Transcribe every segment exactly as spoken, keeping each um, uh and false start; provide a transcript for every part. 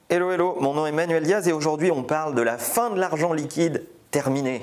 Hello, hello, mon nom est Manuel Diaz et aujourd'hui on parle de la fin de l'argent liquide terminée.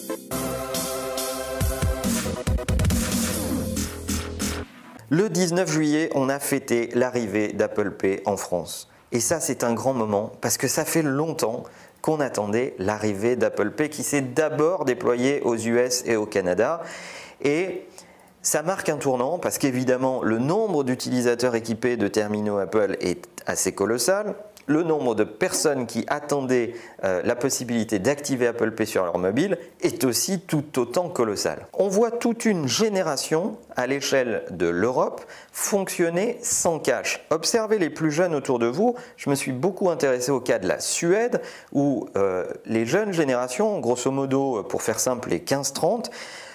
Le dix-neuf juillet, on a fêté l'arrivée d'Apple Pay en France. Et ça, c'est un grand moment parce que ça fait longtemps qu'on attendait l'arrivée d'Apple Pay qui s'est d'abord déployé aux U S et au Canada. Et ça marque un tournant parce qu'évidemment, le nombre d'utilisateurs équipés de terminaux Apple est assez colossal. Le nombre de personnes qui attendaient euh, la possibilité d'activer Apple Pay sur leur mobile est aussi tout autant colossal. On voit toute une génération à l'échelle de l'Europe fonctionner sans cash. Observez les plus jeunes autour de vous. Je me suis beaucoup intéressé au cas de la Suède où euh, les jeunes générations, grosso modo pour faire simple les quinze trente,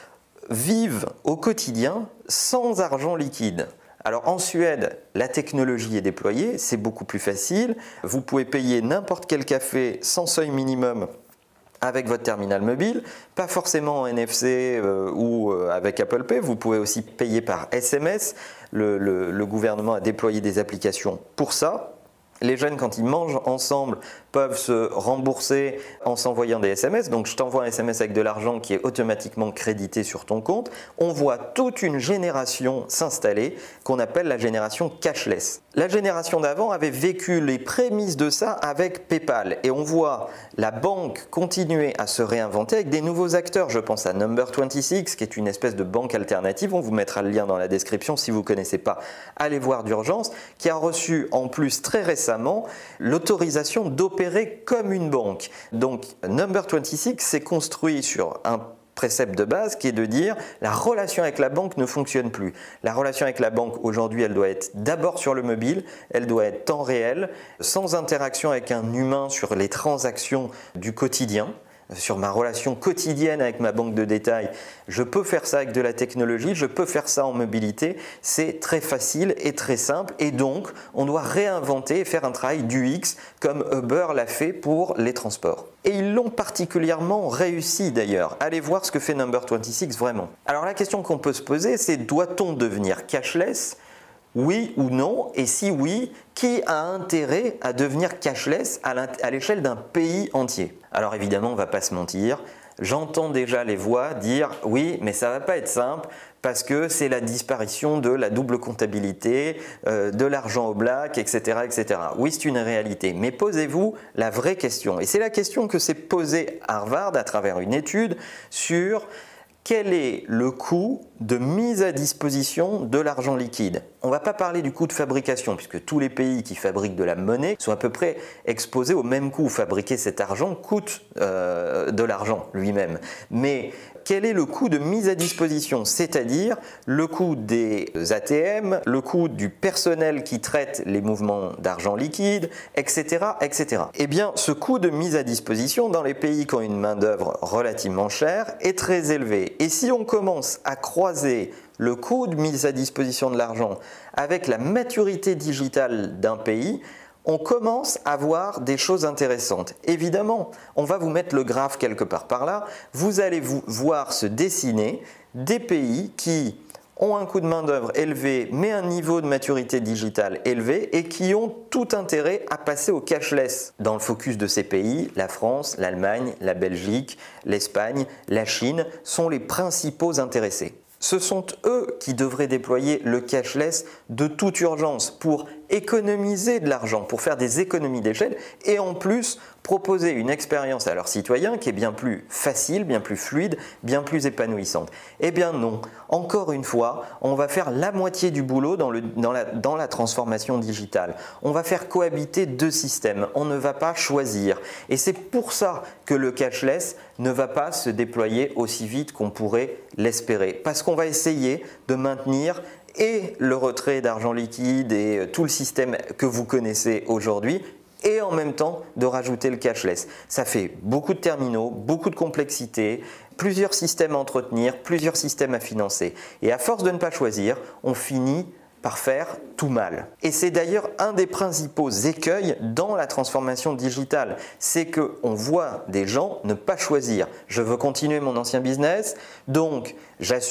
vivent au quotidien sans argent liquide. Alors en Suède, la technologie est déployée, c'est beaucoup plus facile. Vous pouvez payer n'importe quel café sans seuil minimum avec votre terminal mobile, pas forcément en N F C euh, ou euh, avec Apple Pay. Vous pouvez aussi payer par S M S. Le, le, le gouvernement a déployé des applications pour ça. Les jeunes, quand ils mangent ensemble, peuvent se rembourser en s'envoyant des S M S. Donc, je t'envoie un S M S avec de l'argent qui est automatiquement crédité sur ton compte. On voit toute une génération s'installer qu'on appelle la génération cashless. La génération d'avant avait vécu les prémices de ça avec PayPal. Et on voit la banque continuer à se réinventer avec des nouveaux acteurs. Je pense à Number vingt-six, qui est une espèce de banque alternative. On vous mettra le lien dans la description si vous ne connaissez pas. Allez voir d'urgence, qui a reçu en plus très récemment l'autorisation d'opérer comme une banque. Donc Number vingt-six s'est construit sur un précepte de base qui est de dire la relation avec la banque ne fonctionne plus. La relation avec la banque aujourd'hui, elle doit être d'abord sur le mobile, elle doit être temps réel, sans interaction avec un humain sur les transactions du quotidien. Sur ma relation quotidienne avec ma banque de détail, je peux faire ça avec de la technologie, je peux faire ça en mobilité, c'est très facile et très simple et donc on doit réinventer et faire un travail d'U X comme Uber l'a fait pour les transports. Et ils l'ont particulièrement réussi d'ailleurs. Allez voir ce que fait Number vingt-six vraiment. Alors la question qu'on peut se poser, c'est doit-on devenir cashless ? Oui ou non? Et si oui, qui a intérêt à devenir cashless à l'échelle d'un pays entier? Alors évidemment, on ne va pas se mentir. J'entends déjà les voix dire « oui, mais ça ne va pas être simple parce que c'est la disparition de la double comptabilité, euh, de l'argent au black, et cetera et cetera » Oui, c'est une réalité, mais posez-vous la vraie question. Et c'est la question que s'est posée Harvard à travers une étude sur quel est le coût de mise à disposition de l'argent liquide? On ne va pas parler du coût de fabrication puisque tous les pays qui fabriquent de la monnaie sont à peu près exposés au même coût. Fabriquer cet argent coûte euh, de l'argent lui-même. Mais quel est le coût de mise à disposition? C'est-à-dire le coût des A T M, le coût du personnel qui traite les mouvements d'argent liquide, et cetera, et cetera. Eh bien, ce coût de mise à disposition dans les pays qui ont une main-d'œuvre relativement chère est très élevé. Et si on commence à croiser le coût de mise à disposition de l'argent avec la maturité digitale d'un pays, on commence à voir des choses intéressantes. Évidemment, on va vous mettre le graphe quelque part par là. Vous allez vous voir se dessiner des pays qui ont un coût de main-d'œuvre élevé, mais un niveau de maturité digitale élevé et qui ont tout intérêt à passer au cashless. Dans le focus de ces pays, la France, l'Allemagne, la Belgique, l'Espagne, la Chine sont les principaux intéressés. Ce sont eux qui devraient déployer le cashless de toute urgence pour économiser de l'argent, pour faire des économies d'échelle et en plus proposer une expérience à leurs citoyens qui est bien plus facile, bien plus fluide, bien plus épanouissante. Eh bien non, encore une fois, on va faire la moitié du boulot dans, le, dans, la, dans la transformation digitale. On va faire cohabiter deux systèmes, on ne va pas choisir. Et c'est pour ça que le cashless ne va pas se déployer aussi vite qu'on pourrait l'espérer. Parce qu'on va essayer de maintenir et le retrait d'argent liquide et tout le système que vous connaissez aujourd'hui et en même temps de rajouter le cashless. Ça fait beaucoup de terminaux, beaucoup de complexité, plusieurs systèmes à entretenir, plusieurs systèmes à financer. Et à force de ne pas choisir, on finit par faire tout mal. Et c'est d'ailleurs un des principaux écueils dans la transformation digitale. C'est qu'on voit des gens ne pas choisir. Je veux continuer mon ancien business, donc j'assume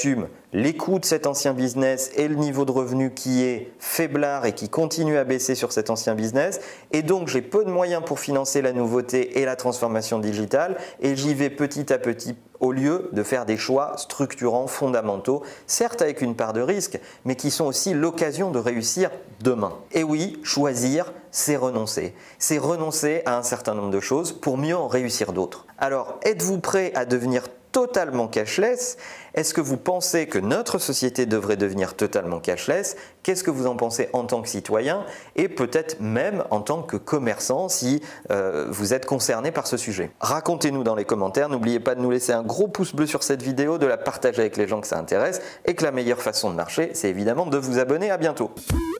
les coûts de cet ancien business et le niveau de revenu qui est faiblard et qui continue à baisser sur cet ancien business. Et donc, j'ai peu de moyens pour financer la nouveauté et la transformation digitale et j'y vais petit à petit au lieu de faire des choix structurants, fondamentaux, certes avec une part de risque, mais qui sont aussi l'occasion de réussir demain. Et oui, choisir, c'est renoncer. C'est renoncer à un certain nombre de choses pour mieux en réussir d'autres. Alors, êtes-vous prêt à devenir totalement cashless? Est-ce que vous pensez que notre société devrait devenir totalement cashless? Qu'est-ce que vous en pensez en tant que citoyen et peut-être même en tant que commerçant si euh, vous êtes concerné par ce sujet? Racontez-nous dans les commentaires, n'oubliez pas de nous laisser un gros pouce bleu sur cette vidéo, de la partager avec les gens que ça intéresse et que la meilleure façon de marcher, c'est évidemment de vous abonner. À bientôt.